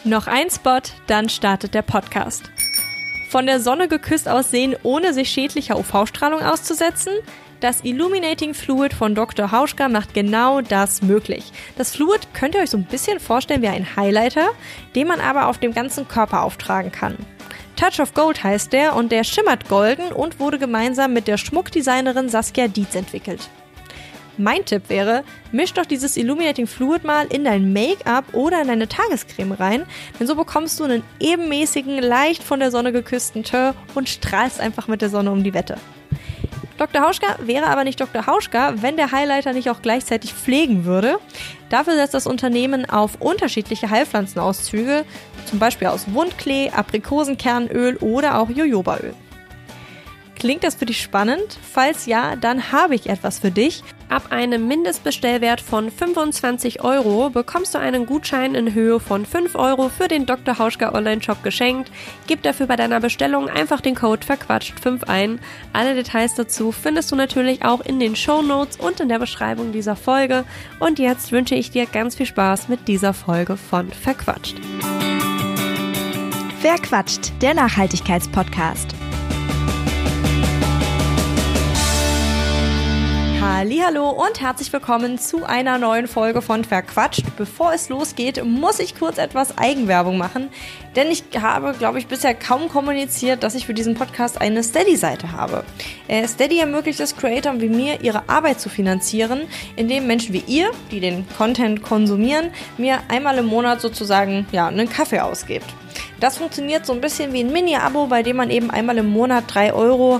Noch ein Spot, dann startet der Podcast. Von der Sonne geküsst aussehen, ohne sich schädlicher UV-Strahlung auszusetzen? Das Illuminating Fluid von Dr. Hauschka macht genau das möglich. Das Fluid könnt ihr euch so ein bisschen vorstellen wie ein Highlighter, den man aber auf dem ganzen Körper auftragen kann. Touch of Gold heißt der und der schimmert golden und wurde gemeinsam mit der Schmuckdesignerin Saskia Dietz entwickelt. Mein Tipp wäre, misch doch dieses Illuminating Fluid mal in dein Make-up oder in deine Tagescreme rein, denn so bekommst du einen ebenmäßigen, leicht von der Sonne geküssten Teint und strahlst einfach mit der Sonne um die Wette. Dr. Hauschka wäre aber nicht Dr. Hauschka, wenn der Highlighter nicht auch gleichzeitig pflegen würde. Dafür setzt das Unternehmen auf unterschiedliche Heilpflanzenauszüge, zum Beispiel aus Wundklee, Aprikosenkernöl oder auch Jojobaöl. Klingt das für dich spannend? Falls ja, dann habe ich etwas für dich. Ab einem Mindestbestellwert von 25 € bekommst du einen Gutschein in Höhe von 5 € für den Dr. Hauschka Online-Shop geschenkt. Gib dafür bei deiner Bestellung einfach den Code verquatscht5 ein. Alle Details dazu findest du natürlich auch in den Shownotes und in der Beschreibung dieser Folge. Und jetzt wünsche ich dir ganz viel Spaß mit dieser Folge von Verquatscht. Verquatscht, der Nachhaltigkeitspodcast. Hallihallo und herzlich willkommen zu einer neuen Folge von Verquatscht. Bevor es losgeht, muss ich kurz etwas Eigenwerbung machen, denn ich habe, glaube ich, bisher kaum kommuniziert, dass ich für diesen Podcast eine Steady-Seite habe. Steady ermöglicht es Creatoren wie mir, ihre Arbeit zu finanzieren, indem Menschen wie ihr, die den Content konsumieren, mir einmal im Monat sozusagen einen Kaffee ausgebt. Das funktioniert so ein bisschen wie ein Mini-Abo, bei dem man eben einmal im Monat 3 €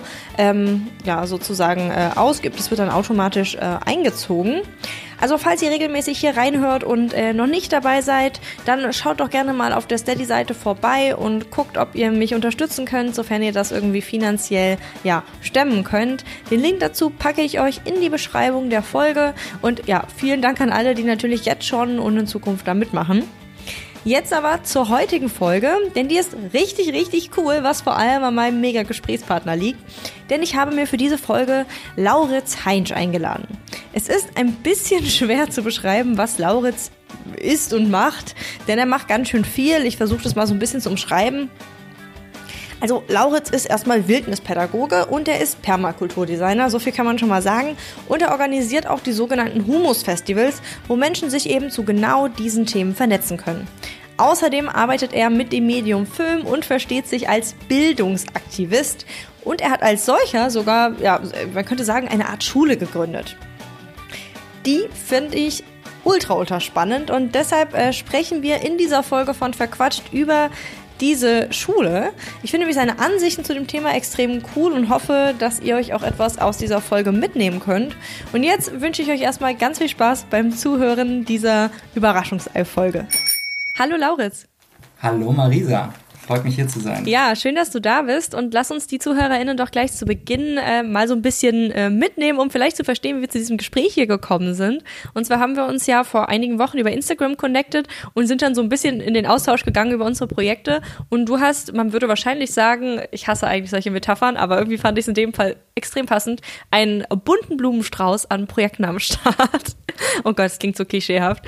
ausgibt. Das wird dann automatisch eingezogen. Also falls ihr regelmäßig hier reinhört und noch nicht dabei seid, dann schaut doch gerne mal auf der Steady-Seite vorbei und guckt, ob ihr mich unterstützen könnt, sofern ihr das irgendwie finanziell stemmen könnt. Den Link dazu packe ich euch in die Beschreibung der Folge. Und vielen Dank an alle, die natürlich jetzt schon und in Zukunft da mitmachen. Jetzt aber zur heutigen Folge, denn die ist richtig, richtig cool, was vor allem an meinem Mega-Gesprächspartner liegt. Denn ich habe mir für diese Folge Lauritz Heinsch eingeladen. Es ist ein bisschen schwer zu beschreiben, was Lauritz ist und macht, denn er macht ganz schön viel. Ich versuche das mal so ein bisschen zu umschreiben. Also Lauritz ist erstmal Wildnispädagoge und er ist Permakulturdesigner, so viel kann man schon mal sagen. Und er organisiert auch die sogenannten Humus-Festivals, wo Menschen sich eben zu genau diesen Themen vernetzen können. Außerdem arbeitet er mit dem Medium Film und versteht sich als Bildungsaktivist. Und er hat als solcher sogar, man könnte sagen, eine Art Schule gegründet. Die finde ich ultra spannend und deshalb sprechen wir in dieser Folge von Verquatscht über diese Schule. Ich finde nämlich seine Ansichten zu dem Thema extrem cool und hoffe, dass ihr euch auch etwas aus dieser Folge mitnehmen könnt. Und jetzt wünsche ich euch erstmal ganz viel Spaß beim Zuhören dieser Überraschungsei-Folge. Hallo Lauritz. Hallo Marisa. Freut mich hier zu sein. Ja, schön, dass du da bist und lass uns die ZuhörerInnen doch gleich zu Beginn mal so ein bisschen mitnehmen, um vielleicht zu verstehen, wie wir zu diesem Gespräch hier gekommen sind. Und zwar haben wir uns ja vor einigen Wochen über Instagram connected und sind dann so ein bisschen in den Austausch gegangen über unsere Projekte. Und du hast, man würde wahrscheinlich sagen, ich hasse eigentlich solche Metaphern, aber irgendwie fand ich es in dem Fall extrem passend, einen bunten Blumenstrauß an Projekten am Start. Oh Gott, das klingt so klischeehaft.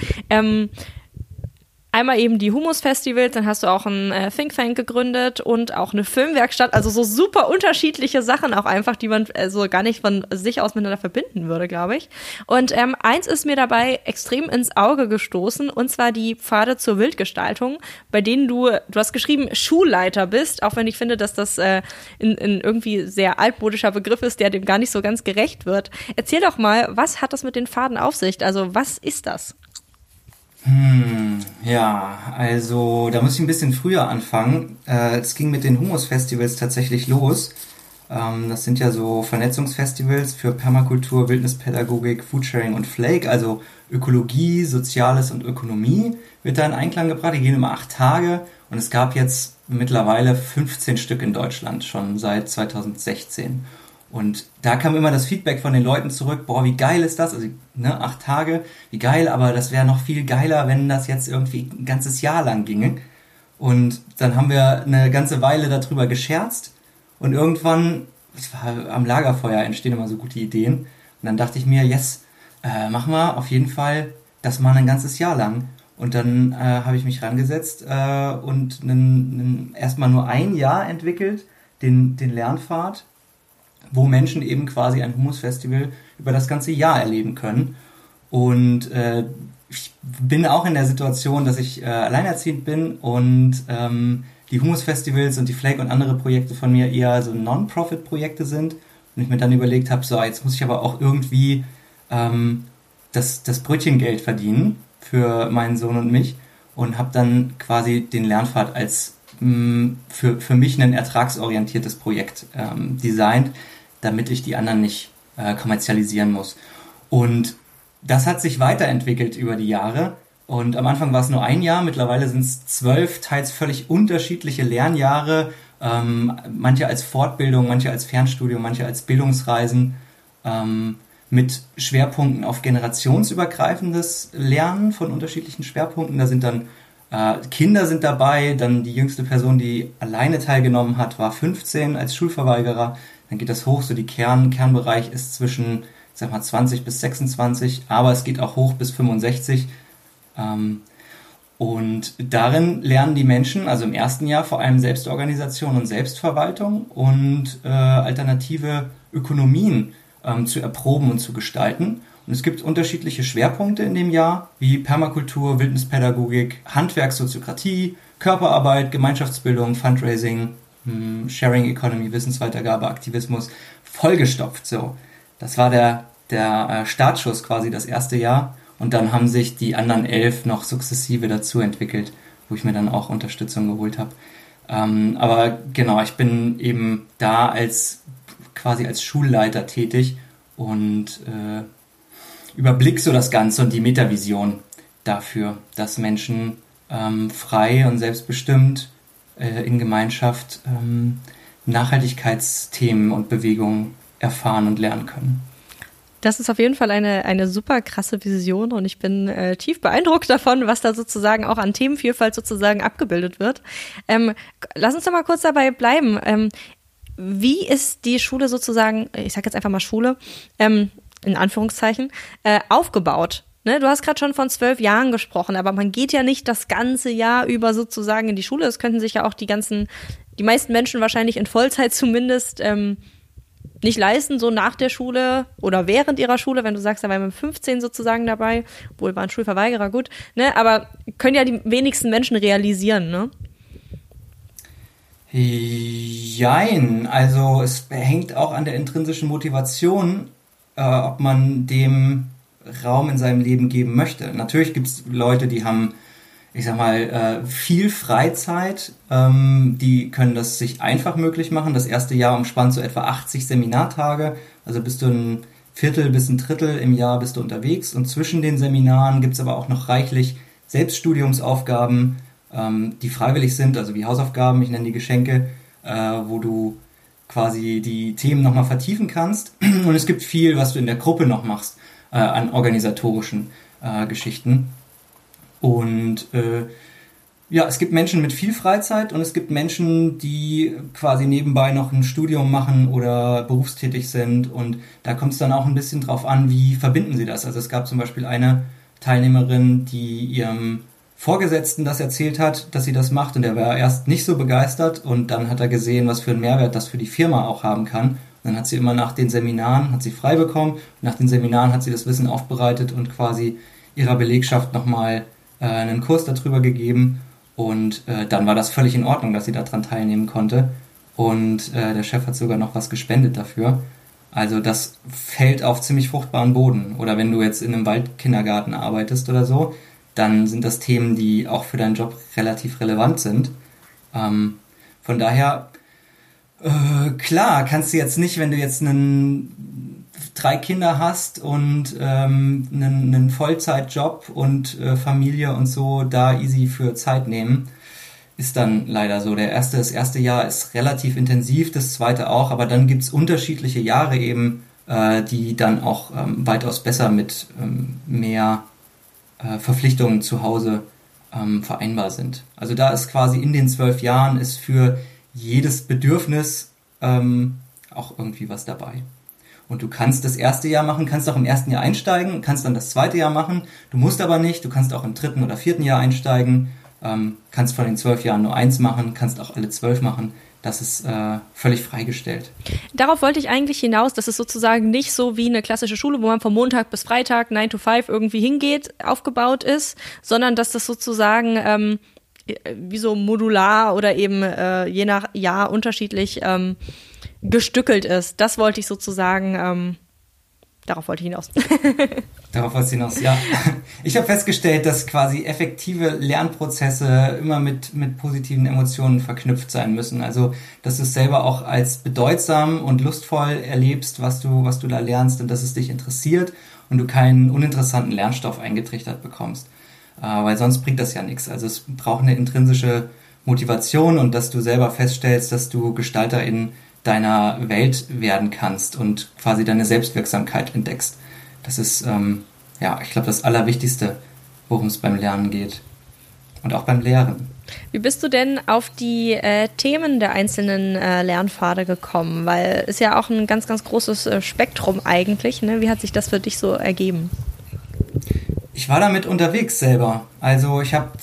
Einmal eben die Humus-Festivals, dann hast du auch ein Think Tank gegründet und auch eine Filmwerkstatt, also so super unterschiedliche Sachen auch einfach, die man so gar nicht von sich aus miteinander verbinden würde, glaube ich. Und eins ist mir dabei extrem ins Auge gestoßen, und zwar die Pfade zur Wildgestaltung, bei denen du hast geschrieben, Schulleiter bist, auch wenn ich finde, dass das ein irgendwie sehr altmodischer Begriff ist, der dem gar nicht so ganz gerecht wird. Erzähl doch mal, was hat das mit den Pfaden auf sich? Also was ist das? Also da muss ich ein bisschen früher anfangen. Es ging mit den Humus-Festivals tatsächlich los. Das sind ja so Vernetzungsfestivals für Permakultur, Wildnispädagogik, Foodsharing und Flake, also Ökologie, Soziales und Ökonomie wird da in Einklang gebracht. Die gehen immer 8 Tage und es gab jetzt mittlerweile 15 Stück in Deutschland, schon seit 2016. Und da kam immer das Feedback von den Leuten zurück, boah, wie geil ist das? Also 8 Tage, wie geil, aber das wäre noch viel geiler, wenn das jetzt irgendwie ein ganzes Jahr lang ginge. Und dann haben wir eine ganze Weile darüber gescherzt und irgendwann, es war am Lagerfeuer, entstehen immer so gute Ideen. Und dann dachte ich mir, yes, machen wir auf jeden Fall das mal ein ganzes Jahr lang. Und dann habe ich mich rangesetzt und erstmal nur ein Jahr entwickelt, den Lernpfad, wo Menschen eben quasi ein Humusfestival über das ganze Jahr erleben können. Und ich bin auch in der Situation, dass ich alleinerziehend bin und die Humusfestivals und die Flake und andere Projekte von mir eher so Non-Profit-Projekte sind. Und ich mir dann überlegt habe, so jetzt muss ich aber auch irgendwie das Brötchengeld verdienen für meinen Sohn und mich und habe dann quasi den Lernpfad als für mich ein ertragsorientiertes Projekt designt, damit ich die anderen nicht kommerzialisieren muss. Und das hat sich weiterentwickelt über die Jahre. Und am Anfang war es nur ein Jahr, mittlerweile sind es 12 teils völlig unterschiedliche Lernjahre, manche als Fortbildung, manche als Fernstudium, manche als Bildungsreisen, mit Schwerpunkten auf generationsübergreifendes Lernen von unterschiedlichen Schwerpunkten. Da sind dann Kinder sind dabei, dann die jüngste Person, die alleine teilgenommen hat, war 15 als Schulverweigerer. Dann geht das hoch, so die Kernbereich ist zwischen, ich sag mal, 20 bis 26, aber es geht auch hoch bis 65. Und darin lernen die Menschen, also im ersten Jahr vor allem Selbstorganisation und Selbstverwaltung und alternative Ökonomien zu erproben und zu gestalten. Und es gibt unterschiedliche Schwerpunkte in dem Jahr, wie Permakultur, Wildnispädagogik, Handwerk, Soziokratie, Körperarbeit, Gemeinschaftsbildung, Fundraising, Sharing Economy, Wissensweitergabe, Aktivismus, vollgestopft so. Das war der Startschuss quasi, das erste Jahr. Und dann haben sich die anderen 11 noch sukzessive dazu entwickelt, wo ich mir dann auch Unterstützung geholt habe. Aber genau, ich bin eben da quasi als Schulleiter tätig und überblick so das Ganze und die Metavision dafür, dass Menschen frei und selbstbestimmt in Gemeinschaft Nachhaltigkeitsthemen und Bewegungen erfahren und lernen können. Das ist auf jeden Fall eine super krasse Vision und ich bin tief beeindruckt davon, was da sozusagen auch an Themenvielfalt sozusagen abgebildet wird. Lass uns doch mal kurz dabei bleiben. Wie ist die Schule sozusagen, ich sag jetzt einfach mal Schule, in Anführungszeichen, aufgebaut? Ne, du hast gerade schon von 12 Jahren gesprochen, aber man geht ja nicht das ganze Jahr über sozusagen in die Schule. Das könnten sich ja auch die meisten Menschen wahrscheinlich in Vollzeit zumindest nicht leisten, so nach der Schule oder während ihrer Schule, wenn du sagst, da war man mit 15 sozusagen dabei, obwohl war ein Schulverweigerer, gut, ne, aber können ja die wenigsten Menschen realisieren, ne? Jein, also es hängt auch an der intrinsischen Motivation, ob man dem Raum in seinem Leben geben möchte. Natürlich gibt es Leute, die haben, ich sag mal, viel Freizeit, die können das sich einfach möglich machen. Das erste Jahr umspannt so etwa 80 Seminartage, also bist du ein Viertel bis ein Drittel im Jahr bist du unterwegs und zwischen den Seminaren gibt es aber auch noch reichlich Selbststudiumsaufgaben, die freiwillig sind, also wie Hausaufgaben, ich nenne die Geschenke, wo du quasi die Themen nochmal vertiefen kannst und es gibt viel, was du in der Gruppe noch machst, an organisatorischen Geschichten. Und ja, es gibt Menschen mit viel Freizeit und es gibt Menschen, die quasi nebenbei noch ein Studium machen oder berufstätig sind und da kommt es dann auch ein bisschen drauf an, wie verbinden sie das. Also es gab zum Beispiel eine Teilnehmerin, die ihrem Vorgesetzten das erzählt hat, dass sie das macht und der war erst nicht so begeistert und dann hat er gesehen, was für einen Mehrwert das für die Firma auch haben kann. Und dann hat sie immer nach den Seminaren, hat sie frei bekommen, nach den Seminaren hat sie das Wissen aufbereitet und quasi ihrer Belegschaft nochmal einen Kurs darüber gegeben und dann war das völlig in Ordnung, dass sie daran teilnehmen konnte und der Chef hat sogar noch was gespendet dafür. Also das fällt auf ziemlich fruchtbaren Boden. Oder wenn du jetzt in einem Waldkindergarten arbeitest oder so, dann sind das Themen, die auch für deinen Job relativ relevant sind. Von daher, klar, kannst du jetzt nicht, wenn du jetzt 3 Kinder hast und einen Vollzeitjob und Familie und so, da easy für Zeit nehmen, ist dann leider so. Das erste Jahr ist relativ intensiv, das zweite auch, aber dann gibt's unterschiedliche Jahre eben, die dann auch weitaus besser mit mehr Verpflichtungen zu Hause vereinbar sind. Also da ist quasi in den 12 Jahren ist für jedes Bedürfnis auch irgendwie was dabei. Und du kannst das erste Jahr machen, kannst auch im ersten Jahr einsteigen, kannst dann das zweite Jahr machen. Du musst aber nicht, du kannst auch im dritten oder vierten Jahr einsteigen, kannst von den 12 Jahren nur 1 machen, kannst auch alle 12 machen. Das ist völlig freigestellt. Darauf wollte ich eigentlich hinaus, dass es sozusagen nicht so wie eine klassische Schule, wo man von Montag bis Freitag 9 to 5 irgendwie hingeht, aufgebaut ist, sondern dass das sozusagen wie so modular oder eben je nach Jahr unterschiedlich gestückelt ist. Das wollte ich sozusagen, darauf wollte ich hinaus. Darauf wolltest du hinaus, ja. Ich habe festgestellt, dass quasi effektive Lernprozesse immer mit positiven Emotionen verknüpft sein müssen. Also, dass du es selber auch als bedeutsam und lustvoll erlebst, was du da lernst und dass es dich interessiert und du keinen uninteressanten Lernstoff eingetrichtert bekommst. Weil sonst bringt das ja nichts. Also es braucht eine intrinsische Motivation und dass du selber feststellst, dass du Gestalterin deiner Welt werden kannst und quasi deine Selbstwirksamkeit entdeckst. Das ist, ich glaube, das Allerwichtigste, worum es beim Lernen geht. Und auch beim Lehren. Wie bist du denn auf die Themen der einzelnen Lernpfade gekommen? Weil es ja auch ein ganz, ganz großes Spektrum eigentlich. Ne? Wie hat sich das für dich so ergeben? Ich war damit unterwegs selber. Also ich habe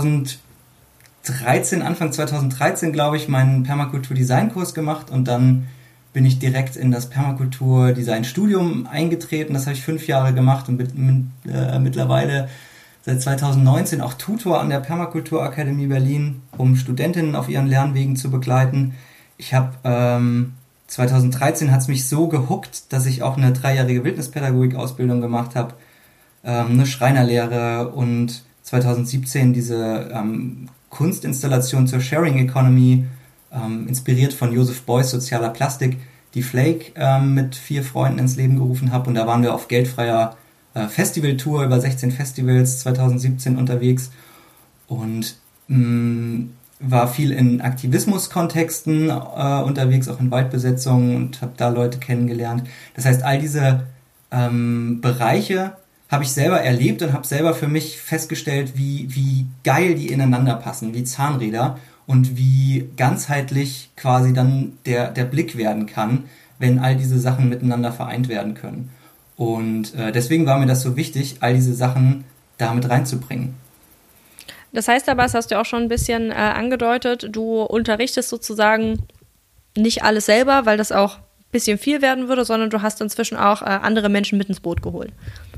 Anfang 2013, glaube ich, meinen Permakultur-Design-Kurs gemacht und dann bin ich direkt in das Permakultur-Design-Studium eingetreten. Das habe ich 5 Jahre gemacht und bin mittlerweile seit 2019 auch Tutor an der Permakulturakademie Berlin, um Studentinnen auf ihren Lernwegen zu begleiten. Ich habe 2013 hat es mich so gehuckt, dass ich auch eine 3-jährige Wildnispädagogik-Ausbildung gemacht habe, eine Schreinerlehre und 2017 diese Kunstinstallation zur Sharing Economy, inspiriert von Joseph Beuys Sozialer Plastik, die Flake mit 4 Freunden ins Leben gerufen habe. Und da waren wir auf geldfreier Festivaltour über 16 Festivals 2017 unterwegs und war viel in Aktivismuskontexten unterwegs, auch in Waldbesetzungen und habe da Leute kennengelernt. Das heißt, all diese Bereiche habe ich selber erlebt und habe selber für mich festgestellt, wie geil die ineinander passen, wie Zahnräder und wie ganzheitlich quasi dann der Blick werden kann, wenn all diese Sachen miteinander vereint werden können. Und deswegen war mir das so wichtig, all diese Sachen da mit reinzubringen. Das heißt aber, das hast du auch schon ein bisschen angedeutet, du unterrichtest sozusagen nicht alles selber, weil das auch ein bisschen viel werden würde, sondern du hast inzwischen auch andere Menschen mit ins Boot geholt.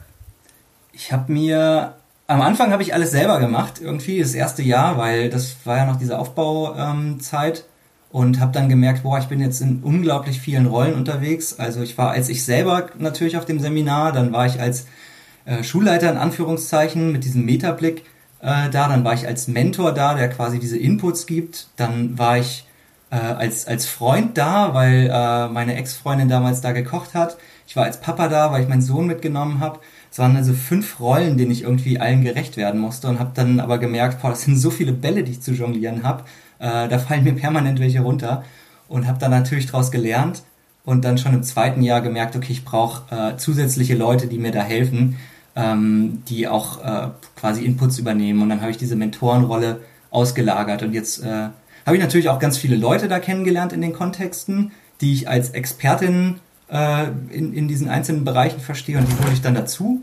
Am Anfang habe ich alles selber gemacht, irgendwie das erste Jahr, weil das war ja noch diese Aufbauzeit und habe dann gemerkt, ich bin jetzt in unglaublich vielen Rollen unterwegs. Also ich war als ich selber natürlich auf dem Seminar, dann war ich als Schulleiter in Anführungszeichen mit diesem Metablick dann war ich als Mentor da, der quasi diese Inputs gibt, dann war ich als Freund da, weil meine Ex-Freundin damals da gekocht hat. Ich war als Papa da, weil ich meinen Sohn mitgenommen habe. Es waren also 5 Rollen, denen ich irgendwie allen gerecht werden musste und habe dann aber gemerkt, das sind so viele Bälle, die ich zu jonglieren habe. Da fallen mir permanent welche runter und habe dann natürlich daraus gelernt und dann schon im 2. Jahr gemerkt, okay, ich brauche zusätzliche Leute, die mir da helfen, die auch quasi Inputs übernehmen und dann habe ich diese Mentorenrolle ausgelagert und jetzt habe ich natürlich auch ganz viele Leute da kennengelernt in den Kontexten, die ich als Expertin in diesen einzelnen Bereichen verstehe und die hole ich dann dazu.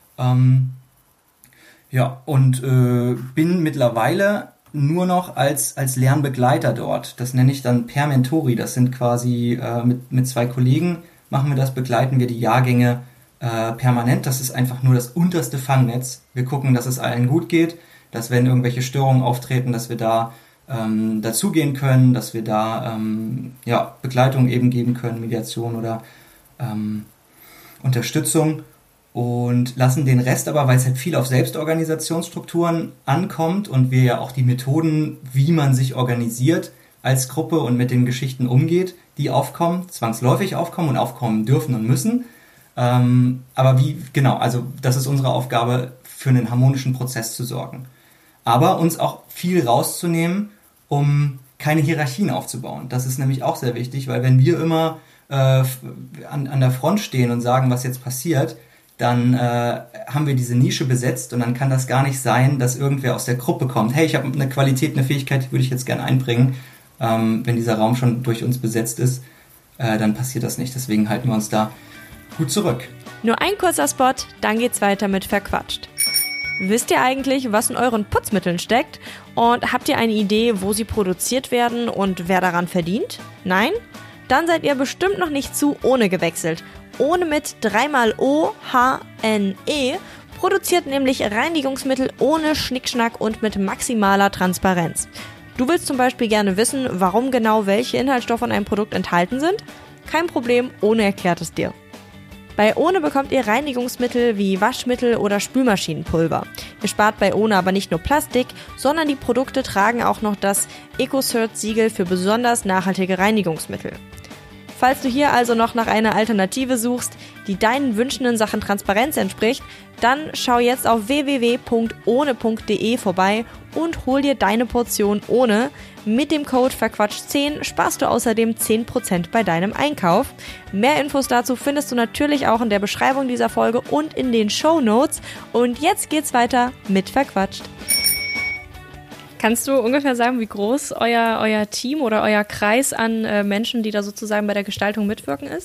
Bin mittlerweile nur noch als Lernbegleiter dort. Das nenne ich dann Per-Mentori. Das sind quasi mit 2 Kollegen machen wir das, begleiten wir die Jahrgänge permanent. Das ist einfach nur das unterste Fangnetz. Wir gucken, dass es allen gut geht, dass wenn irgendwelche Störungen auftreten, dass wir da dazugehen können, dass wir da Begleitung eben geben können, Mediation oder Unterstützung und lassen den Rest aber, weil es halt viel auf Selbstorganisationsstrukturen ankommt und wir ja auch die Methoden, wie man sich organisiert als Gruppe und mit den Geschichten umgeht, die aufkommen, zwangsläufig aufkommen und aufkommen dürfen und müssen. Aber das ist unsere Aufgabe, für einen harmonischen Prozess zu sorgen. Aber uns auch viel rauszunehmen, um keine Hierarchien aufzubauen. Das ist nämlich auch sehr wichtig, weil wenn wir immer an der Front stehen und sagen, was jetzt passiert, dann haben wir diese Nische besetzt und dann kann das gar nicht sein, dass irgendwer aus der Gruppe kommt. Hey, ich habe eine Qualität, eine Fähigkeit, die würde ich jetzt gerne einbringen, wenn dieser Raum schon durch uns besetzt ist. dann passiert das nicht. Deswegen halten wir uns da gut zurück. Nur ein kurzer Spot, dann geht's weiter mit Verquatscht. Wisst ihr eigentlich, was in euren Putzmitteln steckt? Und habt ihr eine Idee, wo sie produziert werden und wer daran verdient? Nein? Dann seid ihr bestimmt noch nicht zu Ohne gewechselt. Ohne mit 3x O-H-N-E produziert nämlich Reinigungsmittel ohne Schnickschnack und mit maximaler Transparenz. Du willst zum Beispiel gerne wissen, warum genau welche Inhaltsstoffe in einem Produkt enthalten sind? Kein Problem, Ohne erklärt es dir. Bei Ohne bekommt ihr Reinigungsmittel wie Waschmittel oder Spülmaschinenpulver. Ihr spart bei Ohne aber nicht nur Plastik, sondern die Produkte tragen auch noch das EcoCert-Siegel für besonders nachhaltige Reinigungsmittel. Falls du hier also noch nach einer Alternative suchst, die deinen Wünschen in Sachen Transparenz entspricht, dann schau jetzt auf www.ohne.de vorbei und hol dir deine Portion Ohne. Mit dem Code Verquatscht10 sparst du außerdem 10% bei deinem Einkauf. Mehr Infos dazu findest du natürlich auch in der Beschreibung dieser Folge und in den Shownotes. Und jetzt geht's weiter mit Verquatscht. Kannst du ungefähr sagen, wie groß euer Team oder euer Kreis an Menschen, die da sozusagen bei der Gestaltung mitwirken ist?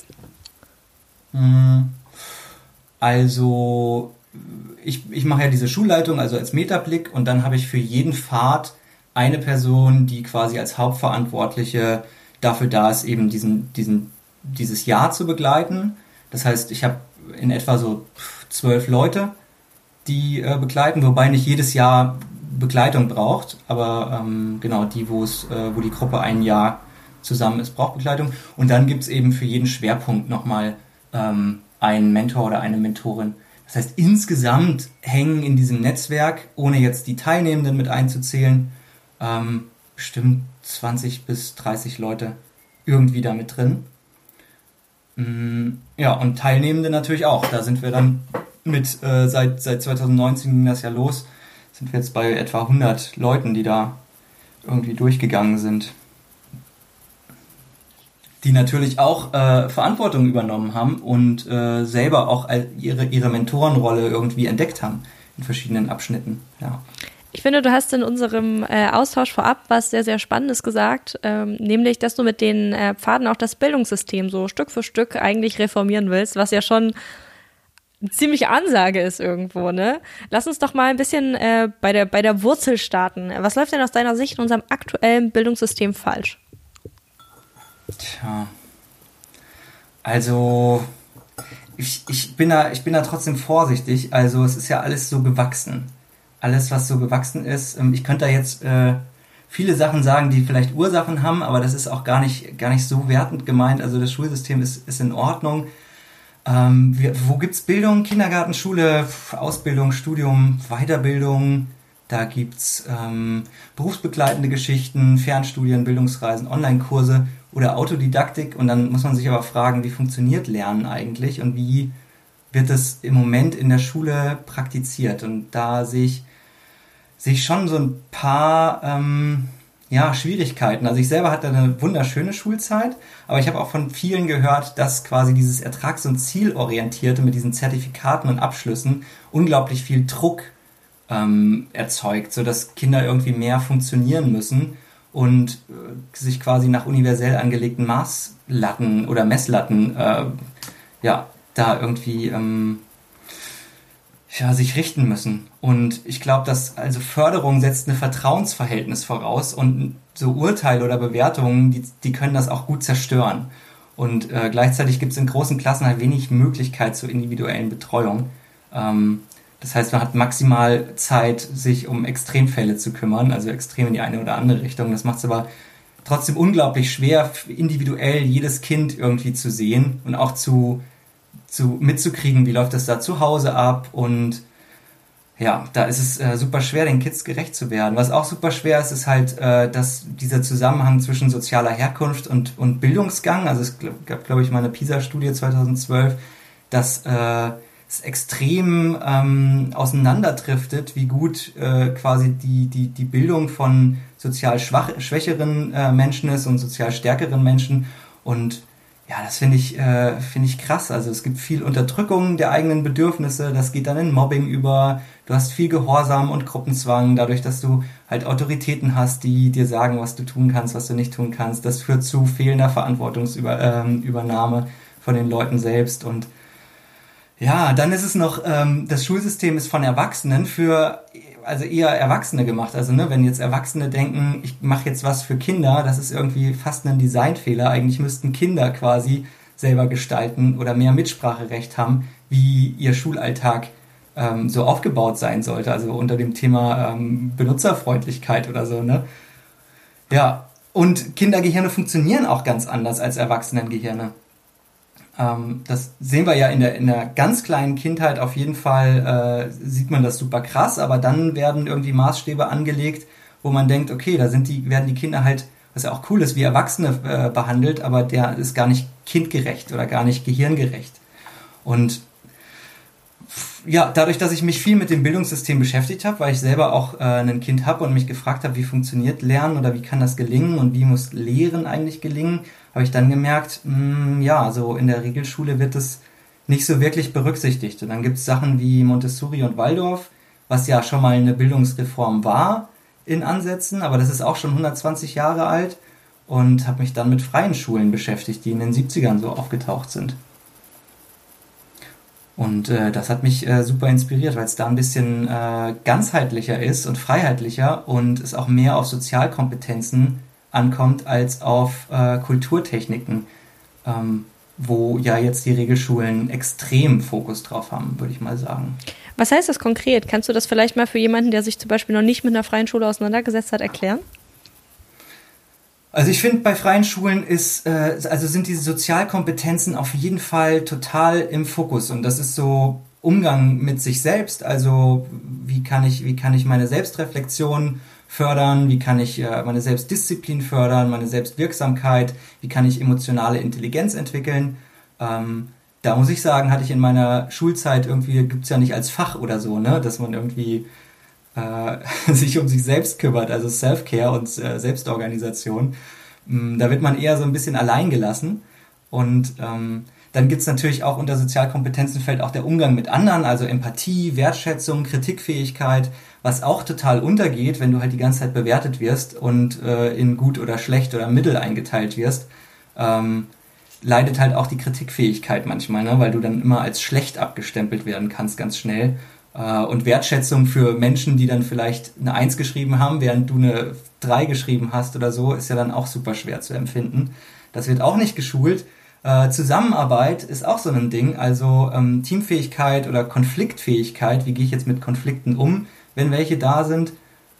Also ich mache ja diese Schulleitung, also als Metablick, und dann habe ich für jeden Pfad eine Person, die quasi als Hauptverantwortliche dafür da ist, eben dieses Jahr zu begleiten. Das heißt, ich habe in etwa so 12 Leute, die begleiten, wobei nicht jedes Jahr Begleitung braucht, aber genau die, wo die Gruppe ein Jahr zusammen ist, braucht Begleitung. Und dann gibt es eben für jeden Schwerpunkt nochmal einen Mentor oder eine Mentorin. Das heißt, insgesamt hängen in diesem Netzwerk, ohne jetzt die Teilnehmenden mit einzuzählen, bestimmt 20 bis 30 Leute irgendwie da mit drin. Ja, und Teilnehmende natürlich auch. Da sind wir dann seit 2019 ging das ja los, sind wir jetzt bei etwa 100 Leuten, die da irgendwie durchgegangen sind. Die natürlich auch Verantwortung übernommen haben und selber auch ihre Mentorenrolle irgendwie entdeckt haben in verschiedenen Abschnitten. Ja. Ich finde, du hast in unserem Austausch vorab was sehr, sehr Spannendes gesagt, nämlich, dass du mit den Pfaden auch das Bildungssystem so Stück für Stück eigentlich reformieren willst, was ja schon eine ziemliche Ansage ist irgendwo, ne? Lass uns doch mal ein bisschen bei der Wurzel starten. Was läuft denn aus deiner Sicht in unserem aktuellen Bildungssystem falsch? Tja, also ich bin da trotzdem vorsichtig. Also es ist ja alles so gewachsen. Alles, was so gewachsen ist. Ich könnte da jetzt viele Sachen sagen, die vielleicht Ursachen haben, aber das ist auch gar nicht so wertend gemeint. Also das Schulsystem ist in Ordnung. Wo gibt's Bildung? Kindergarten, Schule, Ausbildung, Studium, Weiterbildung. Da gibt's berufsbegleitende Geschichten, Fernstudien, Bildungsreisen, Online-Kurse oder Autodidaktik. Und dann muss man sich aber fragen, wie funktioniert Lernen eigentlich und wie wird es im Moment in der Schule praktiziert? Und da sehe ich schon so ein paar Schwierigkeiten. Also ich selber hatte eine wunderschöne Schulzeit, aber ich habe auch von vielen gehört, dass quasi dieses Ertrags- und Zielorientierte mit diesen Zertifikaten und Abschlüssen unglaublich viel Druck erzeugt, sodass Kinder irgendwie mehr funktionieren müssen und sich quasi nach universell angelegten Maßlatten oder Messlatten da irgendwie sich richten müssen. Und ich glaube, dass also Förderung setzt ein Vertrauensverhältnis voraus und so Urteile oder Bewertungen, die können das auch gut zerstören. Und gleichzeitig gibt es in großen Klassen halt wenig Möglichkeit zur individuellen Betreuung. Das heißt, man hat maximal Zeit, sich um Extremfälle zu kümmern, also extrem in die eine oder andere Richtung. Das macht es aber trotzdem unglaublich schwer, individuell jedes Kind irgendwie zu sehen und auch mitzukriegen, wie läuft das da zu Hause ab. Und ja, da ist es super schwer, den Kids gerecht zu werden. Was auch super schwer ist, ist halt, dass dieser Zusammenhang zwischen sozialer Herkunft und Bildungsgang, also es gab, glaube ich, mal eine PISA-Studie 2012, dass es extrem auseinanderdriftet, wie gut quasi die Bildung von sozial schwächeren Menschen ist und sozial stärkeren Menschen. Und Ja, das finde ich krass. Also es gibt viel Unterdrückung der eigenen Bedürfnisse, das geht dann in Mobbing über. Du hast viel Gehorsam und Gruppenzwang, dadurch, dass du halt Autoritäten hast, die dir sagen, was du tun kannst, was du nicht tun kannst. Das führt zu fehlender Verantwortungsübernahme von den Leuten selbst. Und ja, dann ist es noch, das Schulsystem ist von Erwachsenen also eher Erwachsene gemacht. Also ne, wenn jetzt Erwachsene denken, ich mache jetzt was für Kinder, das ist irgendwie fast ein Designfehler. Eigentlich müssten Kinder quasi selber gestalten oder mehr Mitspracherecht haben, wie ihr Schulalltag so aufgebaut sein sollte. Also unter dem Thema Benutzerfreundlichkeit oder so. Ne? Ja, und Kindergehirne funktionieren auch ganz anders als Erwachsenengehirne. Das sehen wir ja in der ganz kleinen Kindheit auf jeden Fall, sieht man das super krass, aber dann werden irgendwie Maßstäbe angelegt, wo man denkt, okay, werden die Kinder halt, was ja auch cool ist, wie Erwachsene behandelt, aber der ist gar nicht kindgerecht oder gar nicht gehirngerecht. Und ja, dadurch, dass ich mich viel mit dem Bildungssystem beschäftigt habe, weil ich selber auch ein Kind habe und mich gefragt habe, wie funktioniert Lernen oder wie kann das gelingen und wie muss Lehren eigentlich gelingen, habe ich dann gemerkt, ja, so in der Regelschule wird es nicht so wirklich berücksichtigt. Und dann gibt es Sachen wie Montessori und Waldorf, was ja schon mal eine Bildungsreform war in Ansätzen, aber das ist auch schon 120 Jahre alt und habe mich dann mit freien Schulen beschäftigt, die in den 70ern so aufgetaucht sind. Und das hat mich super inspiriert, weil es da ein bisschen ganzheitlicher ist und freiheitlicher und es auch mehr auf Sozialkompetenzen ankommt als auf Kulturtechniken, wo ja jetzt die Regelschulen extrem Fokus drauf haben, würde ich mal sagen. Was heißt das konkret? Kannst du das vielleicht mal für jemanden, der sich zum Beispiel noch nicht mit einer freien Schule auseinandergesetzt hat, erklären? Also ich finde, bei freien Schulen sind diese Sozialkompetenzen auf jeden Fall total im Fokus. Und das ist so Umgang mit sich selbst. Also wie kann ich meine Selbstreflexion fördern? Wie kann ich meine Selbstdisziplin fördern? Meine Selbstwirksamkeit? Wie kann ich emotionale Intelligenz entwickeln? Da muss ich sagen, hatte ich in meiner Schulzeit irgendwie, gibt's ja nicht als Fach oder so, ne, dass man irgendwie sich um sich selbst kümmert, also Self-Care und Selbstorganisation. Da wird man eher so ein bisschen allein gelassen. Und dann gibt's natürlich auch unter Sozialkompetenzen fällt auch der Umgang mit anderen, also Empathie, Wertschätzung, Kritikfähigkeit, was auch total untergeht, wenn du halt die ganze Zeit bewertet wirst und in gut oder schlecht oder mittel eingeteilt wirst. Leidet halt auch die Kritikfähigkeit manchmal, ne, weil du dann immer als schlecht abgestempelt werden kannst, ganz schnell. Und Wertschätzung für Menschen, die dann vielleicht eine 1 geschrieben haben, während du eine 3 geschrieben hast oder so, ist ja dann auch super schwer zu empfinden. Das wird auch nicht geschult. Zusammenarbeit ist auch so ein Ding, also Teamfähigkeit oder Konfliktfähigkeit, wie gehe ich jetzt mit Konflikten um, wenn welche da sind.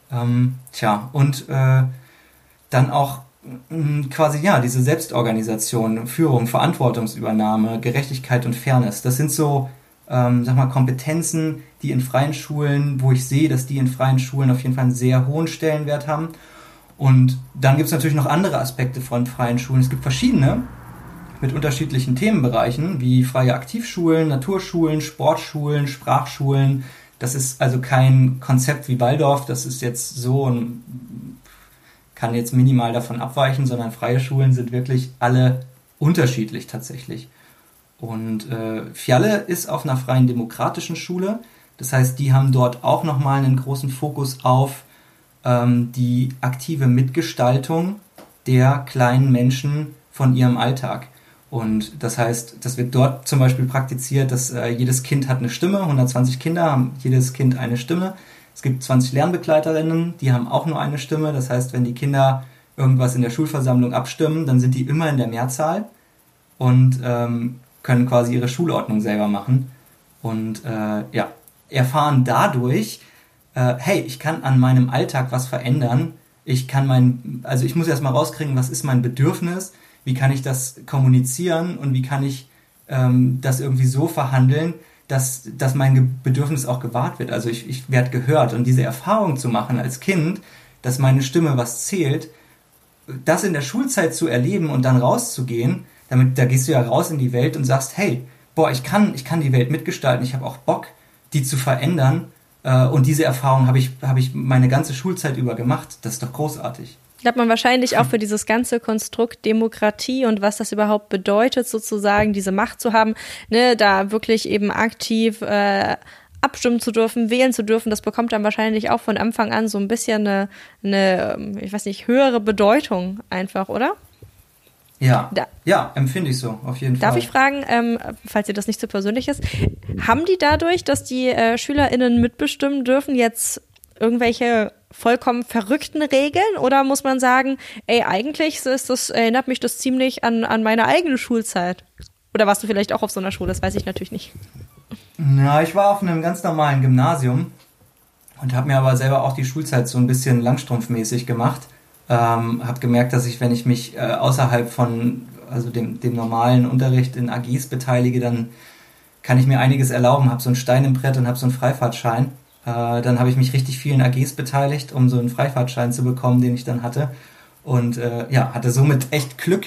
Und dann auch quasi, ja, diese Selbstorganisation, Führung, Verantwortungsübernahme, Gerechtigkeit und Fairness. Das sind so Kompetenzen, die in freien Schulen, wo ich sehe, dass die in freien Schulen auf jeden Fall einen sehr hohen Stellenwert haben. Und dann gibt es natürlich noch andere Aspekte von freien Schulen. Es gibt verschiedene mit unterschiedlichen Themenbereichen, wie freie Aktivschulen, Naturschulen, Sportschulen, Sprachschulen. Das ist also kein Konzept wie Waldorf, das ist jetzt so und kann jetzt minimal davon abweichen, sondern freie Schulen sind wirklich alle unterschiedlich tatsächlich. Und Fialle ist auf einer freien demokratischen Schule. Das heißt, die haben dort auch nochmal einen großen Fokus auf die aktive Mitgestaltung der kleinen Menschen von ihrem Alltag. Und das heißt, das wird dort zum Beispiel praktiziert, dass jedes Kind hat eine Stimme, 120 Kinder haben jedes Kind eine Stimme. Es gibt 20 Lernbegleiterinnen, die haben auch nur eine Stimme. Das heißt, wenn die Kinder irgendwas in der Schulversammlung abstimmen, dann sind die immer in der Mehrzahl und können quasi ihre Schulordnung selber machen und erfahren dadurch, hey, ich kann an meinem Alltag was verändern. Ich muss erstmal rauskriegen, was ist mein Bedürfnis, wie kann ich das kommunizieren und wie kann ich das irgendwie so verhandeln, dass mein Bedürfnis auch gewahrt wird. Also ich werde gehört und diese Erfahrung zu machen als Kind, dass meine Stimme was zählt, das in der Schulzeit zu erleben und dann rauszugehen, da gehst du ja raus in die Welt und sagst, hey, ich kann die Welt mitgestalten, ich habe auch Bock, die zu verändern und diese Erfahrung habe ich meine ganze Schulzeit über gemacht. Das ist doch großartig. Da hat man wahrscheinlich auch für dieses ganze Konstrukt Demokratie und was das überhaupt bedeutet, sozusagen diese Macht zu haben, ne, da wirklich eben aktiv abstimmen zu dürfen, wählen zu dürfen, das bekommt dann wahrscheinlich auch von Anfang an so ein bisschen eine ich weiß nicht, höhere Bedeutung einfach, oder? Ja, empfinde ich so, auf jeden Fall. Darf ich fragen, falls dir das nicht zu persönlich ist, haben die dadurch, dass die SchülerInnen mitbestimmen dürfen, jetzt irgendwelche vollkommen verrückten Regeln, oder muss man sagen, ey, eigentlich erinnert mich das ziemlich an meine eigene Schulzeit? Oder warst du vielleicht auch auf so einer Schule? Das weiß ich natürlich nicht. Ja, ich war auf einem ganz normalen Gymnasium und habe mir aber selber auch die Schulzeit so ein bisschen langstrumpfmäßig gemacht. Habe gemerkt, dass wenn ich mich außerhalb von dem normalen Unterricht in AGs beteilige, dann kann ich mir einiges erlauben. Habe so einen Stein im Brett und habe so einen Freifahrtschein. Dann habe ich mich richtig viel in AGs beteiligt, um so einen Freifahrtschein zu bekommen, den ich dann hatte. Und hatte somit echt Glück,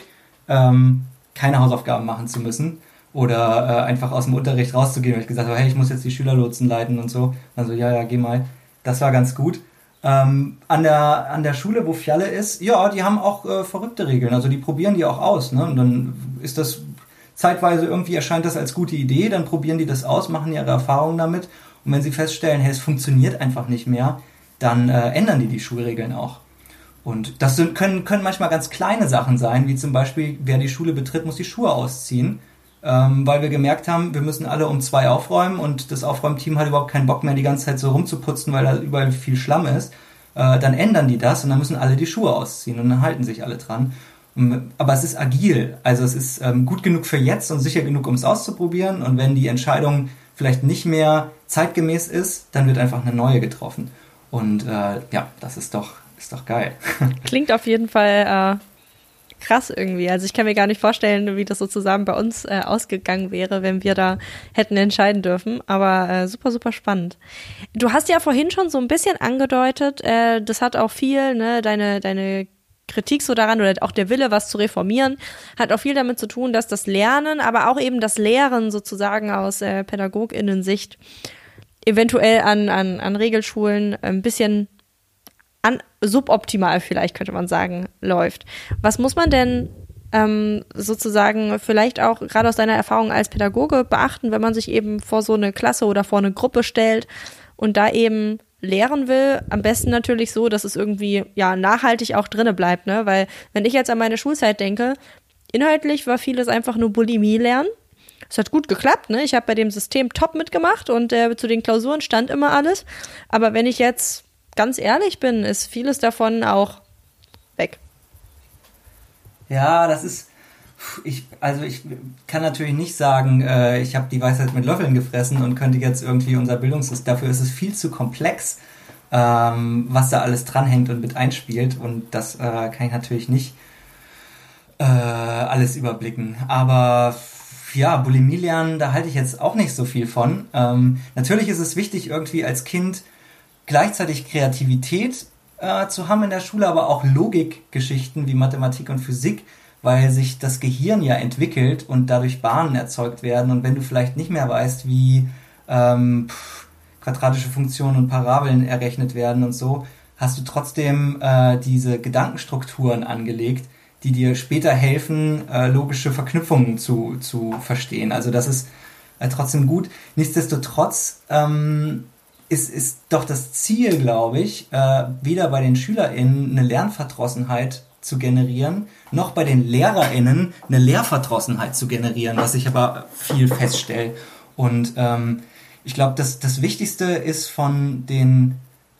keine Hausaufgaben machen zu müssen oder einfach aus dem Unterricht rauszugehen, weil ich gesagt habe, hey, ich muss jetzt die Schülerlotsen leiten und so. Also ja, geh mal. Das war ganz gut. An der Schule, wo Fjalle ist, ja, die haben auch verrückte Regeln. Also die probieren die auch aus. Ne? Und dann ist das zeitweise irgendwie, erscheint das als gute Idee, dann probieren die das aus, machen ihre Erfahrungen damit. Und wenn sie feststellen, hey, es funktioniert einfach nicht mehr, dann ändern die Schulregeln auch. Und das können manchmal ganz kleine Sachen sein, wie zum Beispiel, wer die Schule betritt, muss die Schuhe ausziehen, weil wir gemerkt haben, wir müssen alle um 2 aufräumen und das Aufräumteam hat überhaupt keinen Bock mehr, die ganze Zeit so rumzuputzen, weil da überall viel Schlamm ist. Dann ändern die das und dann müssen alle die Schuhe ausziehen und dann halten sich alle dran. Aber es ist agil, also es ist gut genug für jetzt und sicher genug, um es auszuprobieren. Und wenn die Entscheidung vielleicht nicht mehr zeitgemäß ist, dann wird einfach eine neue getroffen. Und das ist doch geil. Klingt auf jeden Fall krass irgendwie. Also ich kann mir gar nicht vorstellen, wie das sozusagen bei uns ausgegangen wäre, wenn wir da hätten entscheiden dürfen. Aber super, super spannend. Du hast ja vorhin schon so ein bisschen angedeutet, das hat auch viel, ne, deine Kritik so daran oder auch der Wille, was zu reformieren, hat auch viel damit zu tun, dass das Lernen, aber auch eben das Lehren sozusagen aus PädagogInnen-Sicht eventuell an Regelschulen ein bisschen suboptimal vielleicht, könnte man sagen, läuft. Was muss man denn sozusagen vielleicht auch gerade aus deiner Erfahrung als Pädagoge beachten, wenn man sich eben vor so eine Klasse oder vor eine Gruppe stellt und da eben lehren will, am besten natürlich so, dass es irgendwie nachhaltig auch drinne bleibt, ne? Weil wenn ich jetzt an meine Schulzeit denke, inhaltlich war vieles einfach nur Bulimie lernen. Es hat gut geklappt, ne? Ich habe bei dem System top mitgemacht und zu den Klausuren stand immer alles. Aber wenn ich jetzt ganz ehrlich bin, ist vieles davon auch weg. Ja, das ist... Ich kann natürlich nicht sagen, ich habe die Weisheit mit Löffeln gefressen und könnte jetzt irgendwie unser Bildungssystem, dafür ist es viel zu komplex, was da alles dranhängt und mit einspielt, und das kann ich natürlich nicht alles überblicken. Aber ja, Bulimie lernen, da halte ich jetzt auch nicht so viel von. Natürlich ist es wichtig, irgendwie als Kind gleichzeitig Kreativität zu haben in der Schule, aber auch Logikgeschichten wie Mathematik und Physik, weil sich das Gehirn ja entwickelt und dadurch Bahnen erzeugt werden. Und wenn du vielleicht nicht mehr weißt, wie quadratische Funktionen und Parabeln errechnet werden und so, hast du trotzdem diese Gedankenstrukturen angelegt, die dir später helfen, logische Verknüpfungen zu verstehen. Also das ist trotzdem gut. Nichtsdestotrotz ist doch das Ziel, glaube ich, weder bei den SchülerInnen eine Lernverdrossenheit zu generieren, noch bei den LehrerInnen eine Lehrverdrossenheit zu generieren, was ich aber viel feststelle. Und ich glaube, das Wichtigste ist von den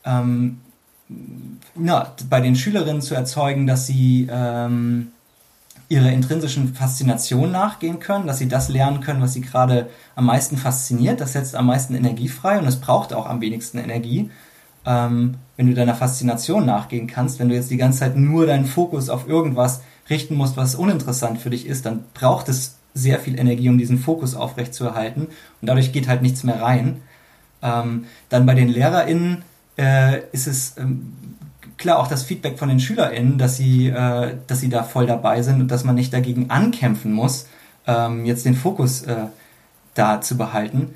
bei den Schülerinnen zu erzeugen, dass sie ihrer intrinsischen Faszination nachgehen können, dass sie das lernen können, was sie gerade am meisten fasziniert. Das setzt am meisten Energie frei und es braucht auch am wenigsten Energie. Wenn du deiner Faszination nachgehen kannst, wenn du jetzt die ganze Zeit nur deinen Fokus auf irgendwas richten musst, was uninteressant für dich ist, dann braucht es sehr viel Energie, um diesen Fokus aufrechtzuerhalten, und dadurch geht halt nichts mehr rein. Dann bei den LehrerInnen ist es klar auch das Feedback von den SchülerInnen, dass sie da voll dabei sind und dass man nicht dagegen ankämpfen muss, jetzt den Fokus da zu behalten.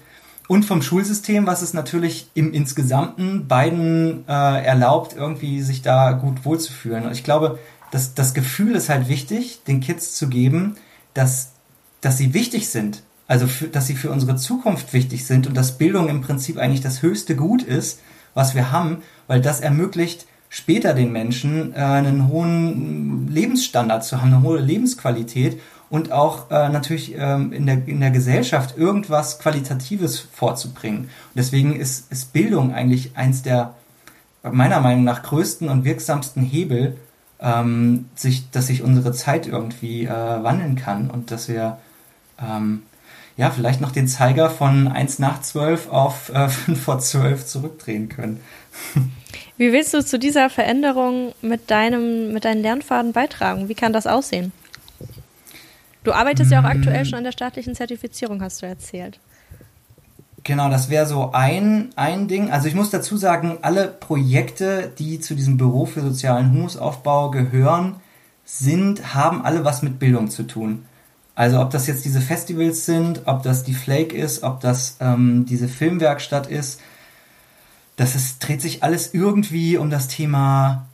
und vom Schulsystem, was es natürlich im Insgesamten beiden erlaubt, irgendwie sich da gut wohlzufühlen. Und ich glaube, das Gefühl ist halt wichtig, den Kids zu geben, dass sie wichtig sind. Also, dass sie für unsere Zukunft wichtig sind und dass Bildung im Prinzip eigentlich das höchste Gut ist, was wir haben, weil das ermöglicht später den Menschen einen hohen Lebensstandard zu haben, eine hohe Lebensqualität und auch natürlich in der Gesellschaft irgendwas Qualitatives vorzubringen. Und deswegen ist Bildung eigentlich eins der meiner Meinung nach größten und wirksamsten Hebel, dass sich unsere Zeit irgendwie wandeln kann und dass wir vielleicht noch den Zeiger von 1 nach 12 auf 5 vor 12 zurückdrehen können. Wie willst du zu dieser Veränderung mit deinen Lernfaden beitragen? Wie kann das aussehen? Du arbeitest ja auch aktuell schon an der staatlichen Zertifizierung, hast du erzählt. Genau, das wäre so ein Ding. Also ich muss dazu sagen, alle Projekte, die zu diesem Büro für sozialen Humusaufbau gehören, haben alle was mit Bildung zu tun. Also ob das jetzt diese Festivals sind, ob das die Flake ist, ob das diese Filmwerkstatt ist, dreht sich alles irgendwie um das Thema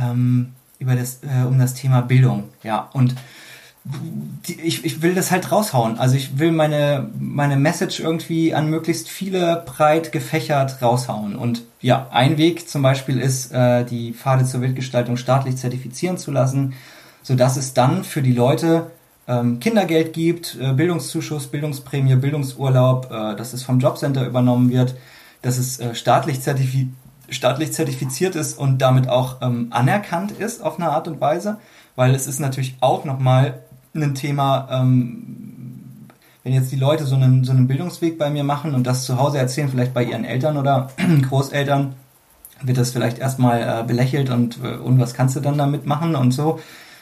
um das Thema Bildung, ja. Und ich will das halt raushauen. Also ich will meine Message irgendwie an möglichst viele breit gefächert raushauen. Und ja, ein Weg zum Beispiel ist, die Pfade zur Wildgestaltung staatlich zertifizieren zu lassen, sodass es dann für die Leute Kindergeld gibt, Bildungszuschuss, Bildungsprämie, Bildungsurlaub, dass es vom Jobcenter übernommen wird, dass es staatlich zertifiziert ist und damit auch anerkannt ist auf eine Art und Weise, weil es ist natürlich auch nochmal ein Thema, wenn jetzt die Leute so einen Bildungsweg bei mir machen und das zu Hause erzählen, vielleicht bei ihren Eltern oder Großeltern, wird das vielleicht erstmal belächelt und was kannst du dann damit machen und so.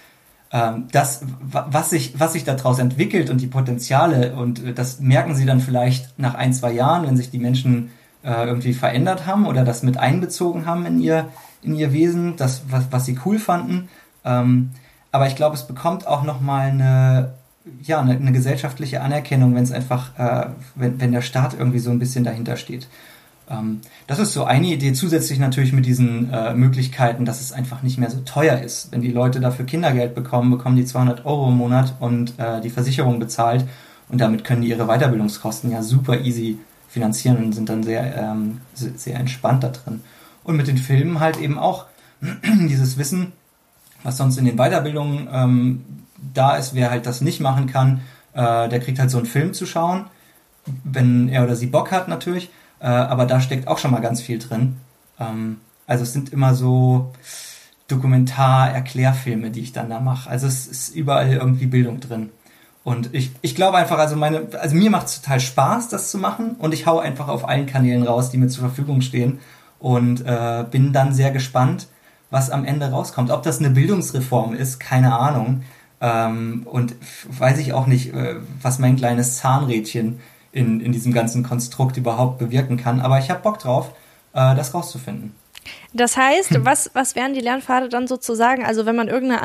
Was sich daraus entwickelt und die Potenziale, und das merken sie dann vielleicht nach 1-2 Jahren, wenn sich die Menschen irgendwie verändert haben oder das mit einbezogen haben in ihr Wesen, was sie cool fanden. Aber ich glaube, es bekommt auch nochmal eine gesellschaftliche Anerkennung, wenn es einfach, wenn der Staat irgendwie so ein bisschen dahinter steht. Das ist so eine Idee, zusätzlich natürlich mit diesen Möglichkeiten, dass es einfach nicht mehr so teuer ist. Wenn die Leute dafür Kindergeld bekommen die 200 Euro im Monat und die Versicherung bezahlt und damit können die ihre Weiterbildungskosten ja super easy finanzieren und sind dann sehr, sehr entspannt da drin. Und mit den Filmen halt eben auch dieses Wissen, was sonst in den Weiterbildungen da ist, wer halt das nicht machen kann, der kriegt halt so einen Film zu schauen, wenn er oder sie Bock hat natürlich, aber da steckt auch schon mal ganz viel drin. Also es sind immer so Dokumentar-Erklärfilme, die ich dann da mache. Also es ist überall irgendwie Bildung drin. Und ich glaube einfach, also mir macht es total Spaß, das zu machen, und ich hau einfach auf allen Kanälen raus, die mir zur Verfügung stehen, und bin dann sehr gespannt, was am Ende rauskommt. Ob das eine Bildungsreform ist, keine Ahnung. Und weiß ich auch nicht, was mein kleines Zahnrädchen in diesem ganzen Konstrukt überhaupt bewirken kann. Aber ich habe Bock drauf, das rauszufinden. Das heißt, was wären die Lernpfade dann sozusagen? Also wenn man irgendeine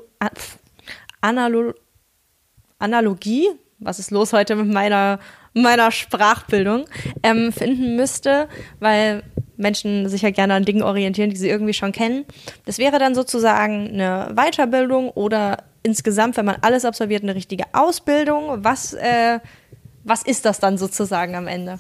Analogie, was ist los heute mit meiner Sprachbildung, finden müsste, weil Menschen sich ja gerne an Dingen orientieren, die sie irgendwie schon kennen. Das wäre dann sozusagen eine Weiterbildung oder insgesamt, wenn man alles absolviert, eine richtige Ausbildung. Was ist das dann sozusagen am Ende?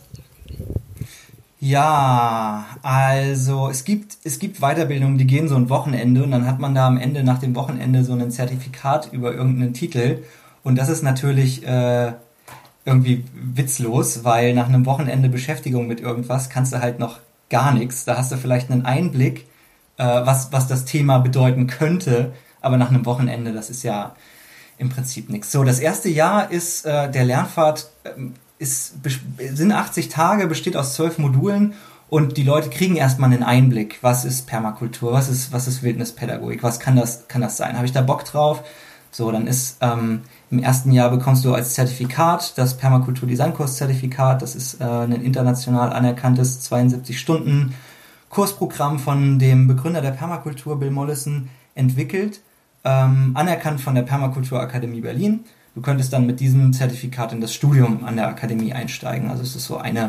Ja, also es gibt Weiterbildungen, die gehen so ein Wochenende und dann hat man da am Ende, nach dem Wochenende, so ein Zertifikat über irgendeinen Titel, und das ist natürlich irgendwie witzlos, weil nach einem Wochenende Beschäftigung mit irgendwas kannst du halt noch gar nichts. Da hast du vielleicht einen Einblick, was das Thema bedeuten könnte, aber nach einem Wochenende, das ist ja im Prinzip nichts. So, das erste Jahr ist, der Lernpfad sind 80 Tage, besteht aus 12 Modulen, und die Leute kriegen erstmal einen Einblick, was ist Permakultur, was ist Wildnispädagogik, was kann das sein, habe ich da Bock drauf? So, dann ist im ersten Jahr bekommst du als Zertifikat das Permakultur-Designkurs-Zertifikat. Das ist ein international anerkanntes 72-Stunden-Kursprogramm von dem Begründer der Permakultur, Bill Mollison, entwickelt, anerkannt von der Permakulturakademie Berlin. Du könntest dann mit diesem Zertifikat in das Studium an der Akademie einsteigen. Also es ist so eine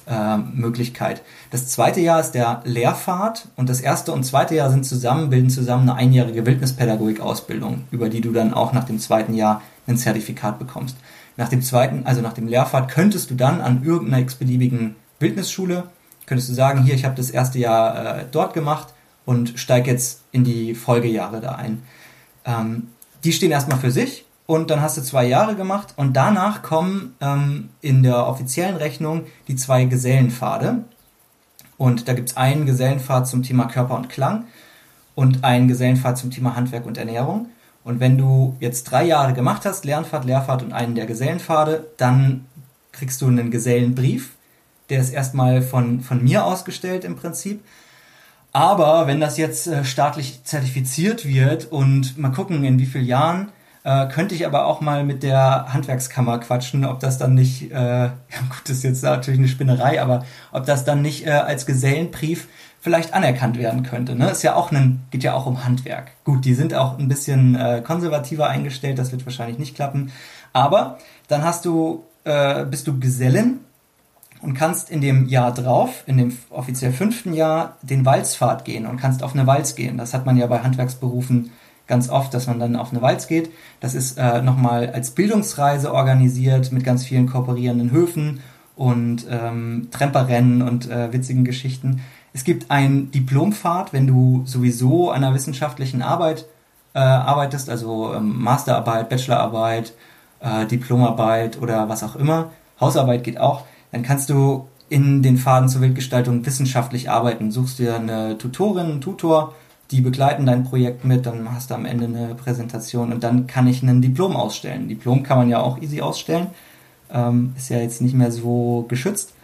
Möglichkeit. Das zweite Jahr ist der Lehrpfad und das erste und zweite Jahr bilden zusammen eine einjährige Wildnispädagogik-Ausbildung, über die du dann auch nach dem zweiten Jahr ein Zertifikat bekommst. Nach dem Lehrpfad, könntest du dann an irgendeiner x-beliebigen Wildnisschule, könntest du sagen, hier, ich habe das erste Jahr dort gemacht und steige jetzt in die Folgejahre da ein. Die stehen erstmal für sich. Und dann hast du 2 Jahre gemacht und danach kommen in der offiziellen Rechnung die 2 Gesellenpfade. Und da gibt es einen Gesellenpfad zum Thema Körper und Klang und einen Gesellenpfad zum Thema Handwerk und Ernährung. Und wenn du jetzt 3 Jahre gemacht hast, Lernpfad, Lehrpfad und einen der Gesellenpfade, dann kriegst du einen Gesellenbrief. Der ist erstmal von mir ausgestellt im Prinzip. Aber wenn das jetzt staatlich zertifiziert wird und mal gucken, in wie vielen Jahren, könnte ich aber auch mal mit der Handwerkskammer quatschen, ob das dann nicht, gut, das ist jetzt natürlich eine Spinnerei, aber ob das dann nicht als Gesellenbrief vielleicht anerkannt werden könnte. Ne? Geht ja auch um Handwerk. Gut, die sind auch ein bisschen konservativer eingestellt, das wird wahrscheinlich nicht klappen. Aber dann bist du Gesellen und kannst in dem Jahr drauf, in dem offiziell 5. Jahr, den Walzpfad gehen und kannst auf eine Walz gehen. Das hat man ja bei Handwerksberufen ganz oft, dass man dann auf eine Walz geht. Das ist nochmal als Bildungsreise organisiert mit ganz vielen kooperierenden Höfen und Tremperrennen und witzigen Geschichten. Es gibt einen Diplompfad, wenn du sowieso an einer wissenschaftlichen Arbeit arbeitest, also Masterarbeit, Bachelorarbeit, Diplomarbeit oder was auch immer. Hausarbeit geht auch. Dann kannst du in den Pfaden zur Wildgestaltung wissenschaftlich arbeiten. Suchst dir eine Tutorin, einen Tutor, die begleiten dein Projekt mit, dann hast du am Ende eine Präsentation und dann kann ich ein Diplom ausstellen. Ein Diplom kann man ja auch easy ausstellen, ist ja jetzt nicht mehr so geschützt.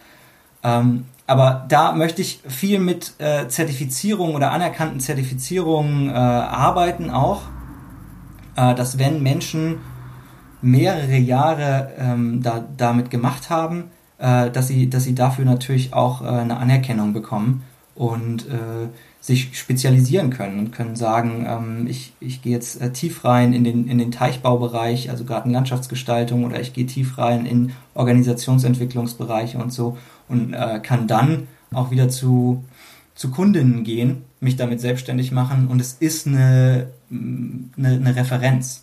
Aber da möchte ich viel mit Zertifizierung oder anerkannten Zertifizierungen arbeiten auch, dass wenn Menschen mehrere Jahre damit gemacht haben, dass sie dafür natürlich auch eine Anerkennung bekommen und sich spezialisieren können und können sagen, ich gehe jetzt tief rein in den Teichbaubereich, also Gartenlandschaftsgestaltung, oder ich gehe tief rein in Organisationsentwicklungsbereiche und so und kann dann auch wieder zu Kundinnen gehen, mich damit selbstständig machen und es ist eine Referenz.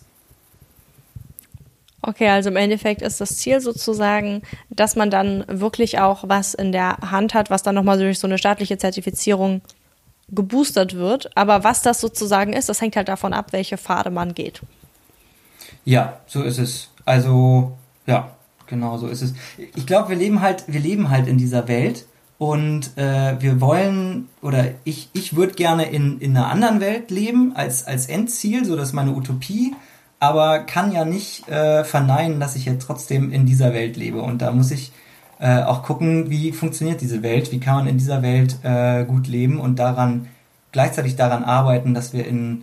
Okay, also im Endeffekt ist das Ziel sozusagen, dass man dann wirklich auch was in der Hand hat, was dann nochmal durch so eine staatliche Zertifizierung geboostert wird. Aber was das sozusagen ist, das hängt halt davon ab, welche Pfade man geht. Ja, so ist es. Also, ja, genau so ist es. Ich glaube, wir leben halt in dieser Welt und wir wollen, oder ich würde gerne in einer anderen Welt leben als Endziel, so das ist meine Utopie, aber kann ja nicht verneinen, dass ich ja trotzdem in dieser Welt lebe. Und da muss ich auch gucken, wie funktioniert diese Welt, wie kann man in dieser Welt gut leben und gleichzeitig daran arbeiten, dass wir in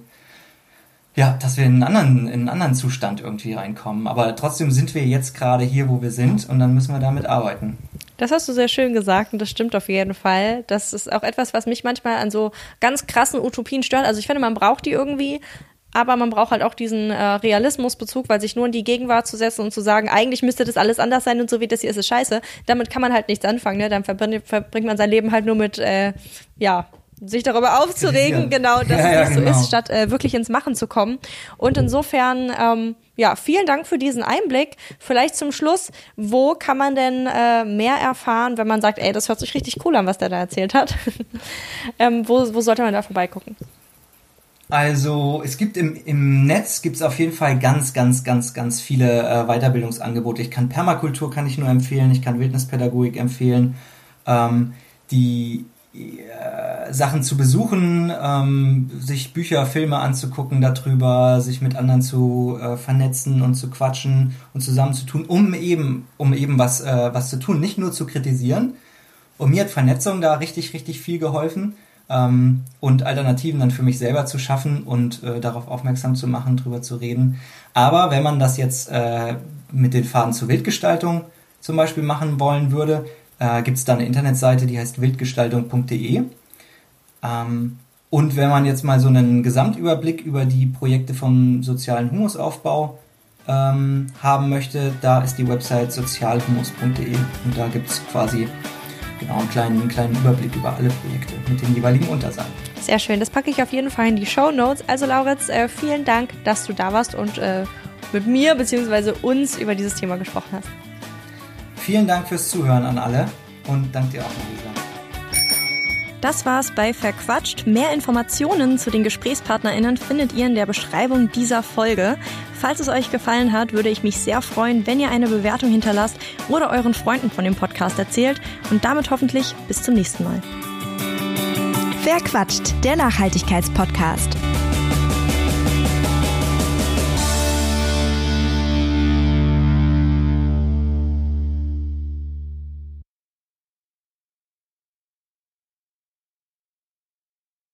einen anderen Zustand irgendwie reinkommen. Aber trotzdem sind wir jetzt gerade hier, wo wir sind und dann müssen wir damit arbeiten. Das hast du sehr schön gesagt und das stimmt auf jeden Fall. Das ist auch etwas, was mich manchmal an so ganz krassen Utopien stört. Also ich finde, man braucht die irgendwie, aber man braucht halt auch diesen Realismusbezug, weil sich nur in die Gegenwart zu setzen und zu sagen, eigentlich müsste das alles anders sein und so wie das hier ist, ist scheiße. Damit kann man halt nichts anfangen, ne? Dann verbringt man sein Leben halt nur mit, sich darüber aufzuregen, genau, dass es nicht so ist, statt wirklich ins Machen zu kommen. Und insofern, vielen Dank für diesen Einblick. Vielleicht zum Schluss, wo kann man denn mehr erfahren, wenn man sagt, ey, das hört sich richtig cool an, was der da erzählt hat? Wo sollte man da vorbeigucken? Also es gibt im Netz gibt's auf jeden Fall ganz, ganz, ganz, ganz viele Weiterbildungsangebote. Permakultur kann ich nur empfehlen, ich kann Wildnispädagogik empfehlen, die Sachen zu besuchen, sich Bücher, Filme anzugucken darüber, sich mit anderen zu vernetzen und zu quatschen und zusammenzutun, um eben was zu tun, nicht nur zu kritisieren. Und mir hat Vernetzung da richtig, richtig viel geholfen. Und Alternativen dann für mich selber zu schaffen und darauf aufmerksam zu machen, drüber zu reden. Aber wenn man das jetzt mit den Pfaden zur Wildgestaltung zum Beispiel machen wollen würde, gibt es da eine Internetseite, die heißt wildgestaltung.de. Und wenn man jetzt mal so einen Gesamtüberblick über die Projekte vom sozialen Humusaufbau haben möchte, da ist die Website sozialhumus.de und da gibt es quasi Genau, einen kleinen Überblick über alle Projekte mit den jeweiligen Unterseiten. Sehr schön, das packe ich auf jeden Fall in die Shownotes. Also Lauritz, vielen Dank, dass du da warst und mit mir bzw. uns über dieses Thema gesprochen hast. Vielen Dank fürs Zuhören an alle und danke dir auch, Marisa. Das war's bei Verquatscht. Mehr Informationen zu den GesprächspartnerInnen findet ihr in der Beschreibung dieser Folge. Falls es euch gefallen hat, würde ich mich sehr freuen, wenn ihr eine Bewertung hinterlasst oder euren Freunden von dem Podcast erzählt. Und damit hoffentlich bis zum nächsten Mal. Verquatscht, der Nachhaltigkeitspodcast.